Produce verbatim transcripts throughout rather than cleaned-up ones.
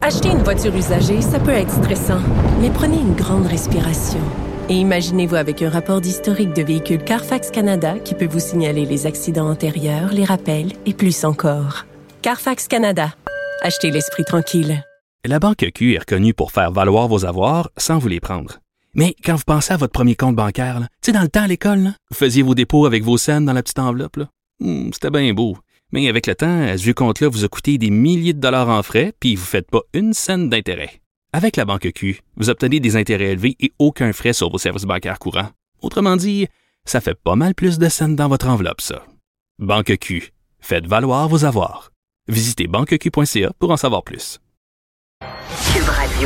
Acheter une voiture usagée, ça peut être stressant, mais prenez une grande respiration. Et imaginez-vous avec un rapport d'historique de véhicule Carfax Canada qui peut vous signaler les accidents antérieurs, les rappels et plus encore. Carfax Canada. Achetez l'esprit tranquille. La Banque Q est reconnue pour faire valoir vos avoirs sans vous les prendre. Mais quand vous pensez à votre premier compte bancaire, tu sais, dans le temps à l'école, là, vous faisiez vos dépôts avec vos scènes dans la petite enveloppe. Là. Hmm, c'était bien beau. Mais avec le temps, ce vieux compte-là vous a coûté des milliers de dollars en frais, puis vous ne faites pas une scène d'intérêt. Avec la Banque Q, vous obtenez des intérêts élevés et aucun frais sur vos services bancaires courants. Autrement dit, ça fait pas mal plus de scènes dans votre enveloppe, ça. Banque Q. Faites valoir vos avoirs. Visitez banque q point c a pour en savoir plus. Cube Radio.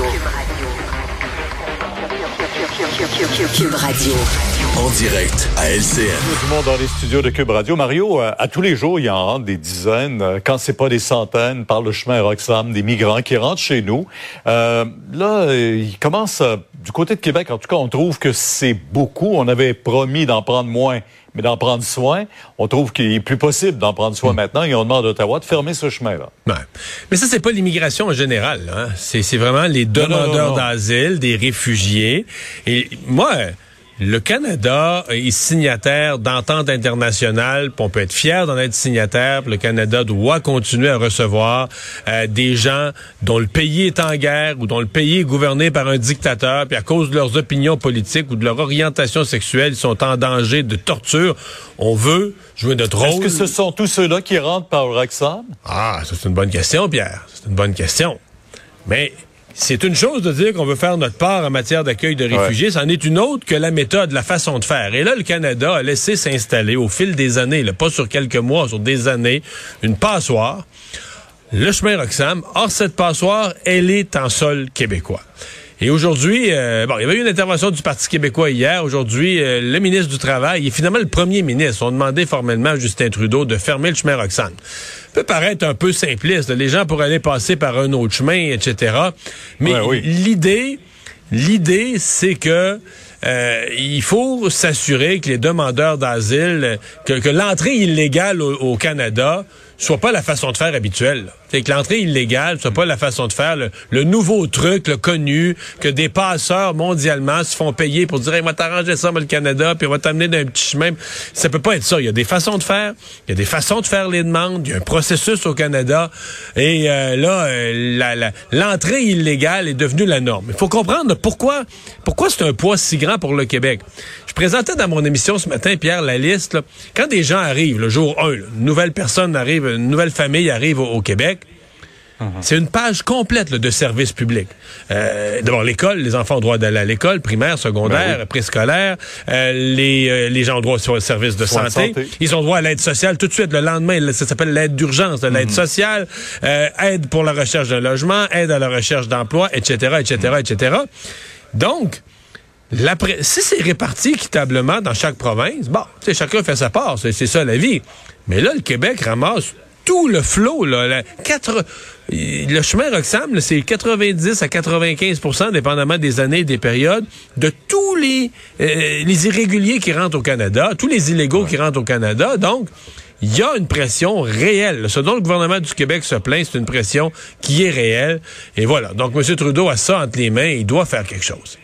Cube Radio. En direct à L C N. Tout le monde dans les studios de Cube Radio. Mario, euh, à tous les jours, il y en rentre des dizaines, euh, quand c'est pas des centaines, par le chemin Roxham, des migrants qui rentrent chez nous. Euh, là, euh, ils commencent, euh, du côté de Québec, en tout cas, on trouve que c'est beaucoup. On avait promis d'en prendre moins, mais d'en prendre soin. On trouve qu'il est plus possible d'en prendre soin mmh. maintenant et on demande à Ottawa de fermer ce chemin-là. Ouais. Mais ça, c'est pas l'immigration en général. Hein. C'est, c'est vraiment les demandeurs non, non, non, non. d'asile, des réfugiés. Et moi... Le Canada est signataire d'ententes internationales, puis on peut être fier d'en être signataire, puis le Canada doit continuer à recevoir euh, des gens dont le pays est en guerre ou dont le pays est gouverné par un dictateur, puis à cause de leurs opinions politiques ou de leur orientation sexuelle, ils sont en danger de torture. On veut jouer notre rôle. Est-ce que ce sont tous ceux-là qui rentrent par Roxham? Ah, ça, c'est une bonne question, Pierre. C'est une bonne question. Mais... c'est une chose de dire qu'on veut faire notre part en matière d'accueil de réfugiés, ouais. C'en est une autre que la méthode, la façon de faire. Et là, le Canada a laissé s'installer au fil des années, là, pas sur quelques mois, sur des années, une passoire, le chemin Roxham. Or, cette passoire, elle est en sol québécois. Et aujourd'hui, euh, bon, il y avait eu une intervention du Parti québécois hier. Aujourd'hui, euh, le ministre du Travail, il est finalement le premier ministre. On demandait formellement à Justin Trudeau de fermer le chemin Roxham. Ça peut paraître un peu simpliste. Les gens pourraient aller passer par un autre chemin, et cetera. Mais ouais, oui. l'idée, l'idée, c'est que euh, il faut s'assurer que les demandeurs d'asile, que, que l'entrée illégale au, au Canada soit pas la façon de faire habituelle. C'est que l'entrée illégale soit pas la façon de faire, le, le nouveau truc, le connu, que des passeurs mondialement se font payer pour dire hey, « on va t'arranger ça, moi, le Canada, puis on va t'amener d'un petit chemin ». Ça peut pas être ça. Il y a des façons de faire, il y a des façons de faire les demandes, il y a un processus au Canada, et euh, là, euh, la, la, l'entrée illégale est devenue la norme. Il faut comprendre pourquoi, pourquoi c'est un poids si grand pour le Québec. Je présentais dans mon émission ce matin, Pierre, la liste, là, quand des gens arrivent, le jour un, là, une nouvelle personne arrive, une nouvelle famille arrive au, au Québec, uh-huh. C'est une page complète là, de services publics. Euh, d'abord, l'école, les enfants ont droit d'aller à l'école, primaire, secondaire, ben oui. préscolaire. Euh, les, euh, les gens ont droit au service de santé. santé. Ils ont droit à l'aide sociale tout de suite, le lendemain. Ça s'appelle l'aide d'urgence, là, l'aide mm-hmm. sociale, euh, aide pour la recherche d'un logement, aide à la recherche d'emploi, et cetera, et cetera, mm-hmm. et cetera. Donc, La pré- si c'est réparti équitablement dans chaque province, bon, tu sais, chacun fait sa part, c'est, c'est ça la vie. Mais là, le Québec ramasse tout le flot, là. La, quatre, le chemin Roxham, là, c'est quatre-vingt-dix à quatre-vingt-quinze pour cent, dépendamment des années et des périodes, de tous les, euh, les irréguliers qui rentrent au Canada, tous les illégaux ouais. qui rentrent au Canada. Donc, il y a une pression réelle. Ce dont le gouvernement du Québec se plaint, c'est une pression qui est réelle. Et voilà. Donc, M. Trudeau a ça entre les mains. Il doit faire quelque chose.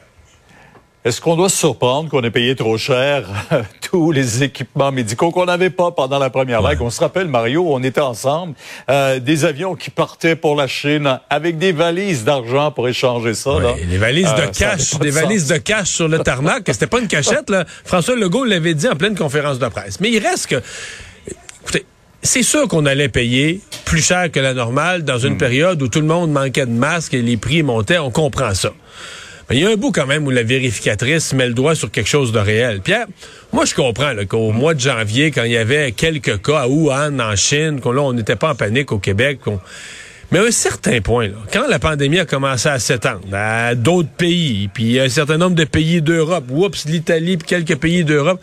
Est-ce qu'on doit se surprendre qu'on ait payé trop cher tous les équipements médicaux qu'on n'avait pas pendant la première vague? Ouais. On se rappelle, Mario, on était ensemble, euh, des avions qui partaient pour la Chine avec des valises d'argent pour échanger ça. Ouais, là. Des valises euh, de cash, des de valises sens. de cash sur le tarmac. C'était pas une cachette, là. François Legault l'avait dit en pleine conférence de presse. Mais il reste que... Écoutez, c'est sûr qu'on allait payer plus cher que la normale dans une mmh. période où tout le monde manquait de masques et les prix montaient. On comprend ça. Mais il y a un bout quand même où la vérificatrice met le doigt sur quelque chose de réel. Pierre, moi je comprends là, qu'au mois de janvier, quand il y avait quelques cas à Wuhan, en Chine, qu'on là on n'était pas en panique au Québec, qu'on... mais à un certain point, là, quand la pandémie a commencé à s'étendre à d'autres pays, puis un certain nombre de pays d'Europe, oups, l'Italie, puis quelques pays d'Europe,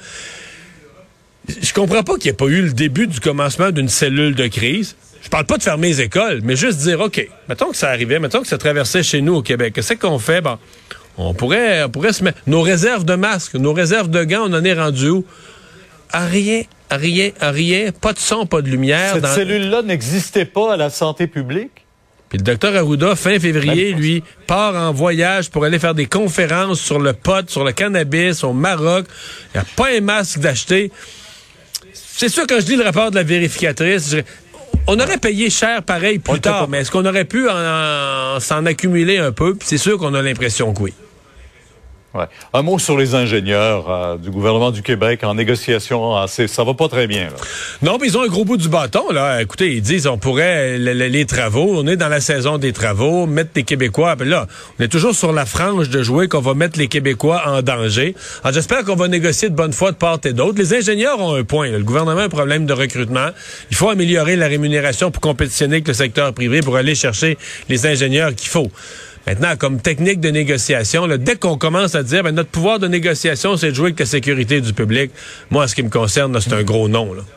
je comprends pas qu'il n'y ait pas eu le début du commencement d'une cellule de crise. Je parle pas de fermer les écoles, mais juste dire, OK, mettons que ça arrivait, mettons que ça traversait chez nous au Québec. Qu'est-ce qu'on fait? Bon, on pourrait, on pourrait se mettre... Nos réserves de masques, nos réserves de gants, on en est rendu où? À rien, à rien, à rien. Pas de son, pas de lumière. Cette dans... cellule-là n'existait pas à la santé publique? Puis le docteur Arruda, fin février, lui, part en voyage pour aller faire des conférences sur le pot, sur le cannabis, au Maroc. Il n'y a pas un masque d'acheter. C'est sûr, quand je lis le rapport de la vérificatrice, je... on aurait payé cher pareil plus tard, mais est-ce qu'on aurait pu en, en, s'en accumuler un peu? Puis c'est sûr qu'on a l'impression que oui. Ouais. Un mot sur les ingénieurs euh, du gouvernement du Québec en négociation. Ah, c'est, ça va pas très bien. Là. Non, mais ils ont un gros bout du bâton. Là. Écoutez, ils disent on pourrait les, les, les travaux. On est dans la saison des travaux, mettre les Québécois. Puis là, on est toujours sur la frange de jouer qu'on va mettre les Québécois en danger. Alors, j'espère qu'on va négocier de bonne foi de part et d'autre. Les ingénieurs ont un point. Là. Le gouvernement a un problème de recrutement. Il faut améliorer la rémunération pour compétitionner avec le secteur privé pour aller chercher les ingénieurs qu'il faut. Maintenant, comme technique de négociation, là, dès qu'on commence à dire ben, notre pouvoir de négociation, c'est de jouer avec la sécurité du public, moi, en ce qui me concerne, là, c'est un gros non. Là.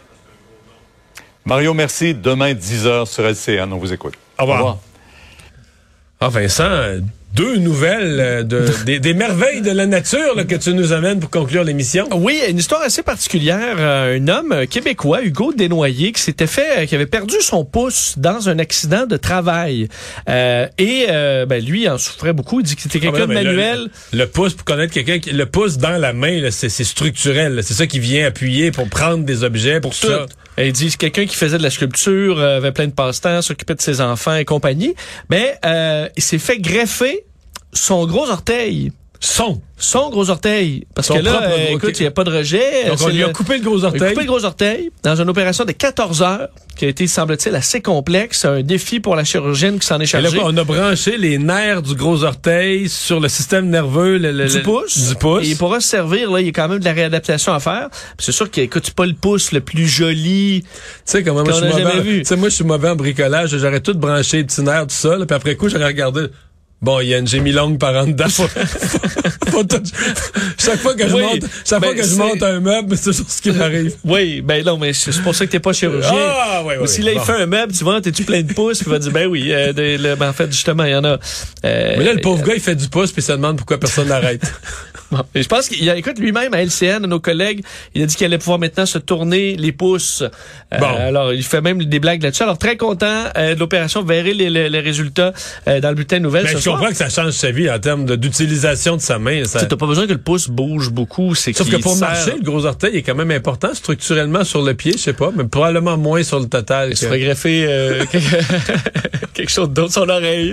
Mario, merci. Demain, dix heures sur L C N. On vous écoute. Au revoir. Au revoir. Ah, Vincent, deux nouvelles de, des, des merveilles de la nature là, que tu nous amènes pour conclure l'émission. Oui, une histoire assez particulière. Un homme québécois, Hugo Desnoyers, qui s'était fait, qui avait perdu son pouce dans un accident de travail. Euh, et euh, ben, lui en souffrait beaucoup. Il dit que c'était quelqu'un ah ben, de manuel. Le, le pouce, pour connaître quelqu'un, qui, le pouce dans la main, là, c'est, c'est structurel. Là. C'est ça qui vient appuyer pour prendre des objets, pour tout. Ça. Et il dit quelqu'un qui faisait de la sculpture, euh, avait plein de passe-temps, s'occupait de ses enfants et compagnie. Mais euh, il s'est fait greffer son gros orteil. Son? Son gros orteil. Parce son que là, euh, gros... écoute, il n'y a pas de rejet. Donc, on lui a coupé le gros orteil. Il a coupé le gros orteil dans une opération de quatorze heures qui a été, semble-t-il, assez complexe. Un défi pour la chirurgienne qui s'en est chargée. Et là, on a branché les nerfs du gros orteil sur le système nerveux le, le, du, pouce, du pouce. Et il pourra se servir. Là, il y a quand même de la réadaptation à faire. Puis c'est sûr qu'il écoute pas le pouce le plus joli. Tu sais comment moi je suis mauvais. Tu sais moi je suis mauvais en bricolage. J'aurais tout branché les petits nerfs tout ça. Là, puis après coup j'aurais regardé. Bon, il y a une gémie longue par en dedans. Faut, faut tout, chaque fois que je oui, monte, chaque ben fois que je monte un meuble, c'est toujours ce qui m'arrive. Oui, ben non, mais c'est pour ça que t'es pas chirurgien. Ah, oui, oui. Ou si là, bon. Il fait un meuble, tu vois, t'es-tu plein de pouces, puis il va dire, ben oui, euh, de, le, ben en fait, justement, il y en a. Euh, mais là, le pauvre euh, gars, il fait du pouce, puis il se demande pourquoi personne n'arrête. Bon, je pense qu'il a, écoute, lui-même, à L C N, à nos collègues, il a dit qu'il allait pouvoir maintenant se tourner les pouces. Euh, bon. Alors, il fait même des blagues là-dessus. Alors, très content euh, de l'opération. Vous verrez les, les, les résultats euh, dans le bulletin de nouvelles ben, ce je soir. comprends que ça change sa vie en termes de, d'utilisation de sa main. Ça... T'as pas besoin que le pouce bouge beaucoup. C'est Sauf que pour sert... marcher, le gros orteil est quand même important structurellement sur le pied, je sais pas, mais probablement moins sur le total. Il se ferait greffer euh, quelque chose d'autre sur l'oreille.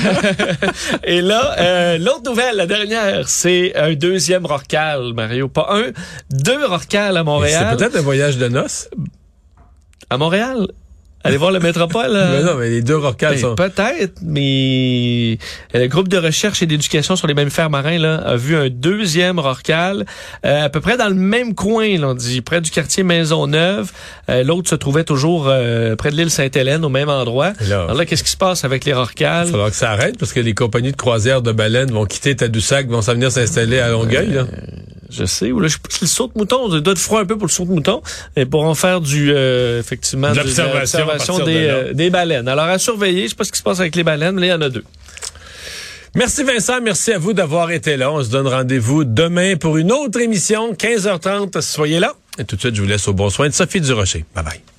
Et là, euh, l'autre nouvelle, la dernière, c'est un deuxième Rorcal, Mario. Pas un, deux Rorcal à Montréal. C'est peut-être un voyage de noces. À Montréal? Allez voir le métropole. Mais non, mais les deux Rorcal ben, sont... Peut-être, mais le groupe de recherche et d'éducation sur les mammifères marins là, a vu un deuxième Rorcal, euh, à peu près dans le même coin, là, on dit, près du quartier Maisonneuve. Euh, l'autre se trouvait toujours euh, près de l'île Sainte-Hélène, au même endroit. Là, Alors là, qu'est-ce qui se passe avec les Rorcals? Il faudra que ça arrête, parce que les compagnies de croisière de baleines vont quitter Tadoussac, vont s'en venir s'installer à Longueuil. Là. Euh, je sais. Ou là, je le saute-mouton, on doit de froid un peu pour le saute-mouton, et pour en faire du, euh, effectivement, de l'observation, de l'observation des, de euh, des baleines. Alors, à surveiller, je sais pas ce qui se passe avec les baleines, mais là, il y en a deux. Merci Vincent, merci à vous d'avoir été là. On se donne rendez-vous demain pour une autre émission, quinze heures trente. Soyez là. Et tout de suite, je vous laisse au bon soin de Sophie Durocher. Bye bye.